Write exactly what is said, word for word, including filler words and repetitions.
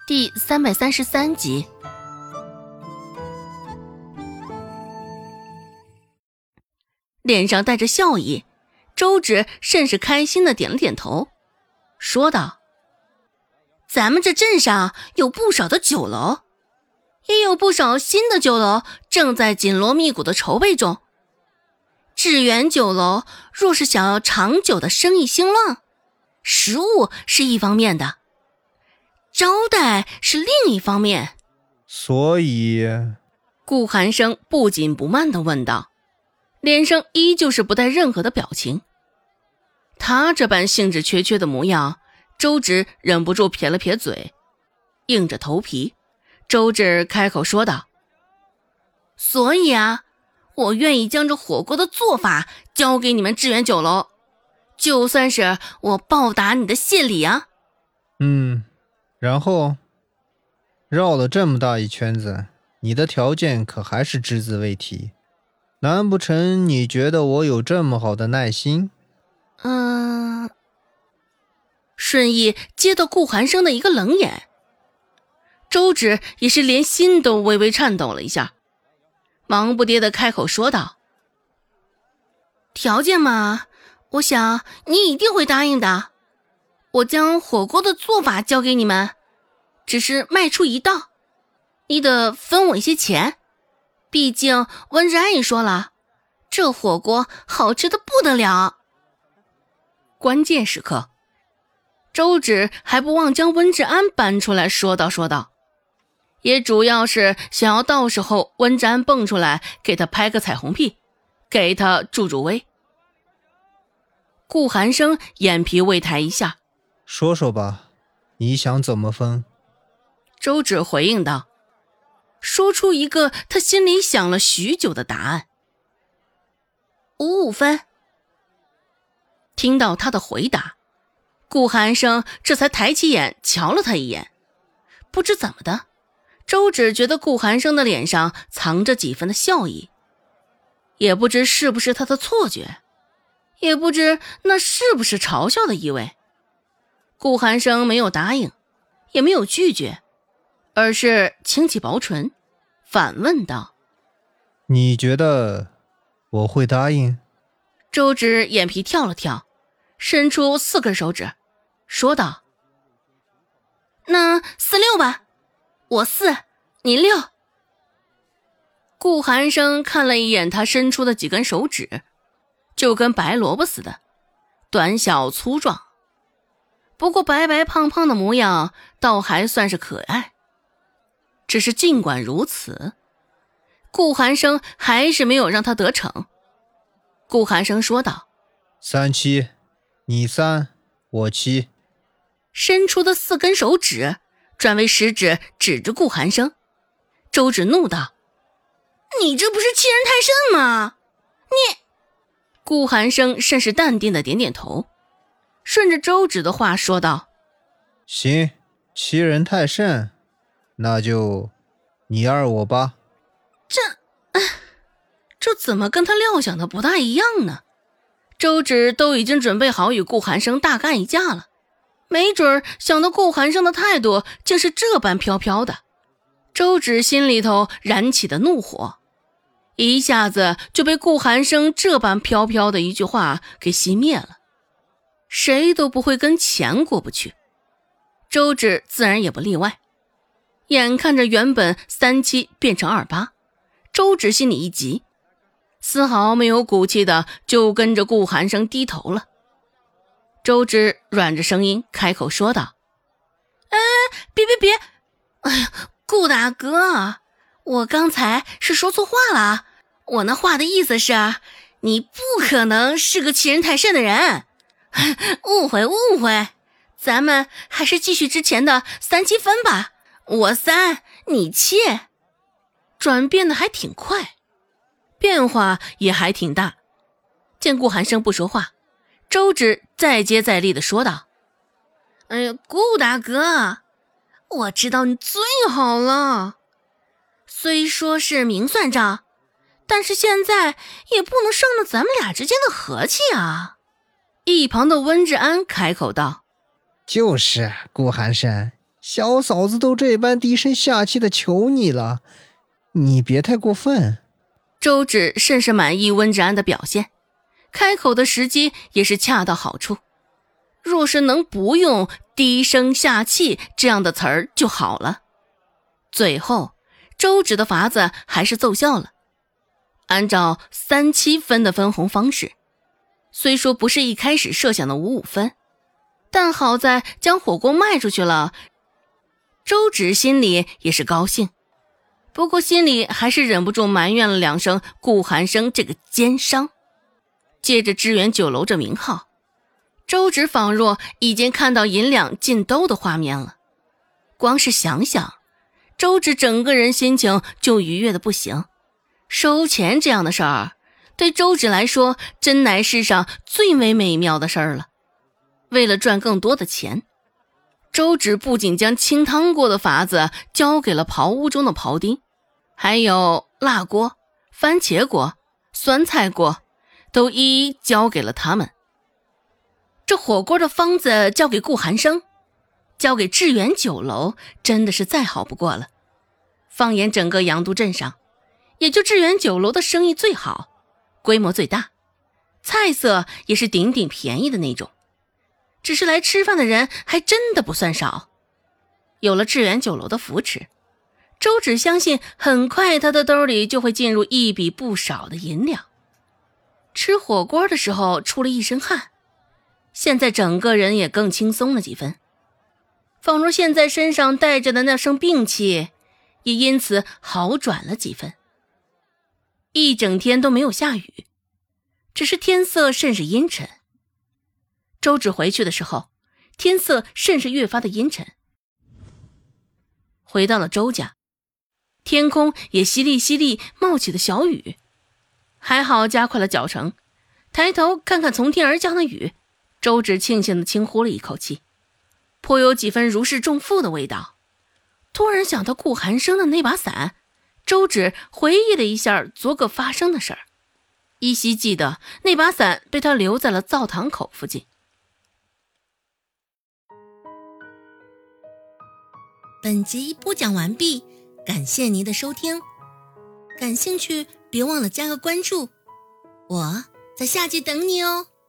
第三百三十三集。脸上带着笑意，周芷甚是开心地点了点头，说道：咱们这镇上有不少的酒楼，也有不少新的酒楼正在紧锣密鼓的筹备中。致远酒楼若是想要长久的生意兴旺，食物是一方面的，招待是另一方面。 所以顾寒生不紧不慢地问道，脸上依旧是不带任何的表情。他这般兴致缺缺的模样，周芷忍不住撇了撇嘴，硬着头皮。周芷开口说道：所以啊，我愿意将这火锅的做法交给你们致远酒楼，就算是我报答你的谢礼啊。 嗯，然后绕了这么大一圈子，你的条件可还是只字未提。难不成你觉得我有这么好的耐心？ 嗯、呃，顺义接到顾寒生的一个冷眼，周芷也是连心都微微颤抖了一下，忙不迭地开口说道：条件嘛，我想你一定会答应的。我将火锅的做法交给你们，只是卖出一道，你得分我一些钱。毕竟温之安也说了，这火锅好吃的不得了。关键时刻，周芷还不忘将温之安搬出来说道说道，也主要是想要到时候温之安蹦出来给他拍个彩虹屁，给他助助威。顾寒生眼皮微抬一下， 说说吧，你想怎么分？ 周芷回应道，说出一个他心里想了许久的答案：五五分。听到他的回答，顾寒生这才抬起眼瞧了他一眼。不知怎么的，周芷觉得顾寒生的脸上藏着几分的笑意，也不知是不是他的错觉，也不知那是不是嘲笑的意味。顾寒生没有答应，也没有拒绝，而是轻启薄唇，反问道： 你觉得我会答应？ 周芷眼皮跳了跳，伸出四根手指，说道：那四六吧，我四，你六。顾寒生看了一眼他伸出的几根手指，就跟白萝卜似的，短小粗壮，不过白白胖胖的模样倒还算是可爱。只是尽管如此，顾寒生还是没有让他得逞。顾寒生说道： 三七，你三，我七。 伸出的四根手指转为食指指着顾寒生。周芷怒道：你这不是欺人太甚吗？你……顾寒生甚是淡定的点点头，顺着周芷的话说道： 行，欺人太甚，那就你二我八。 这……这怎么跟他料想的不大一样呢？周芷都已经准备好与顾寒生大干一架了，没准想到顾寒生的态度竟是这般飘飘的，周芷心里头燃起的怒火一下子就被顾寒生这般飘飘的一句话给熄灭了。谁都不会跟钱过不去，周芷自然也不例外。眼看着原本三七变成二八，周芷心里一急，丝毫没有骨气的就跟着顾寒生低头了。周芷软着声音开口说道：哎，别别别，哎呀，顾大哥，我刚才是说错话了，我那话的意思是你不可能是个欺人太甚的人，误会误会，咱们还是继续之前的三七分吧，我三你七。转变的还挺快，变化也还挺大。见顾寒生不说话，周芷再接再厉地说道：哎呀，顾大哥，我知道你最好了，虽说是明算账，但是现在也不能伤了咱们俩之间的和气啊。一旁的温之安开口道： 就是顾寒生， 小嫂子都这般低声下气的求你了，你别太过分。 周芷甚是满意温之安的表现，开口的时机也是恰到好处。若是能不用低声下气这样的词儿就好了。最后周芷的法子还是奏效了。按照三七分的分红方式，虽说不是一开始设想的五五分，但好在将火锅卖出去了，周芷心里也是高兴。不过心里还是忍不住埋怨了两声顾寒生这个奸商。借着致远酒楼这名号，周芷仿若已经看到银两进兜的画面了。光是想想，周芷整个人心情就愉悦的不行。收钱这样的事儿，对周芷来说真乃世上最为美妙的事儿了。为了赚更多的钱，周芷不仅将清汤锅的法子交给了刨屋中的刨丁，还有辣锅、番茄锅、酸菜锅都一一交给了他们。这火锅的方子交给顾寒生，交给致远酒楼，真的是再好不过了。放眼整个阳都镇上，也就致远酒楼的生意最好，规模最大，菜色也是顶顶便宜的那种。只是来吃饭的人还真的不算少。有了致远酒楼的扶持，周芷相信很快他的兜里就会进入一笔不少的银两。吃火锅的时候出了一身汗，现在整个人也更轻松了几分，仿若现在身上带着的那身病气也因此好转了几分。一整天都没有下雨，只是天色甚是阴沉。周芷回去的时候，天色甚是越发的阴沉。回到了周家，天空也淅沥淅沥冒起了小雨。还好加快了脚程，抬头看看从天而降的雨，周芷庆幸地轻呼了一口气，颇有几分如释重负的味道。突然想到顾寒生的那把伞，周芷回忆了一下昨个发生的事儿，依稀记得那把伞被他留在了灶堂口附近。 本集播讲完毕，感谢您的收听。感兴趣别忘了加个关注，我在下集等你哦。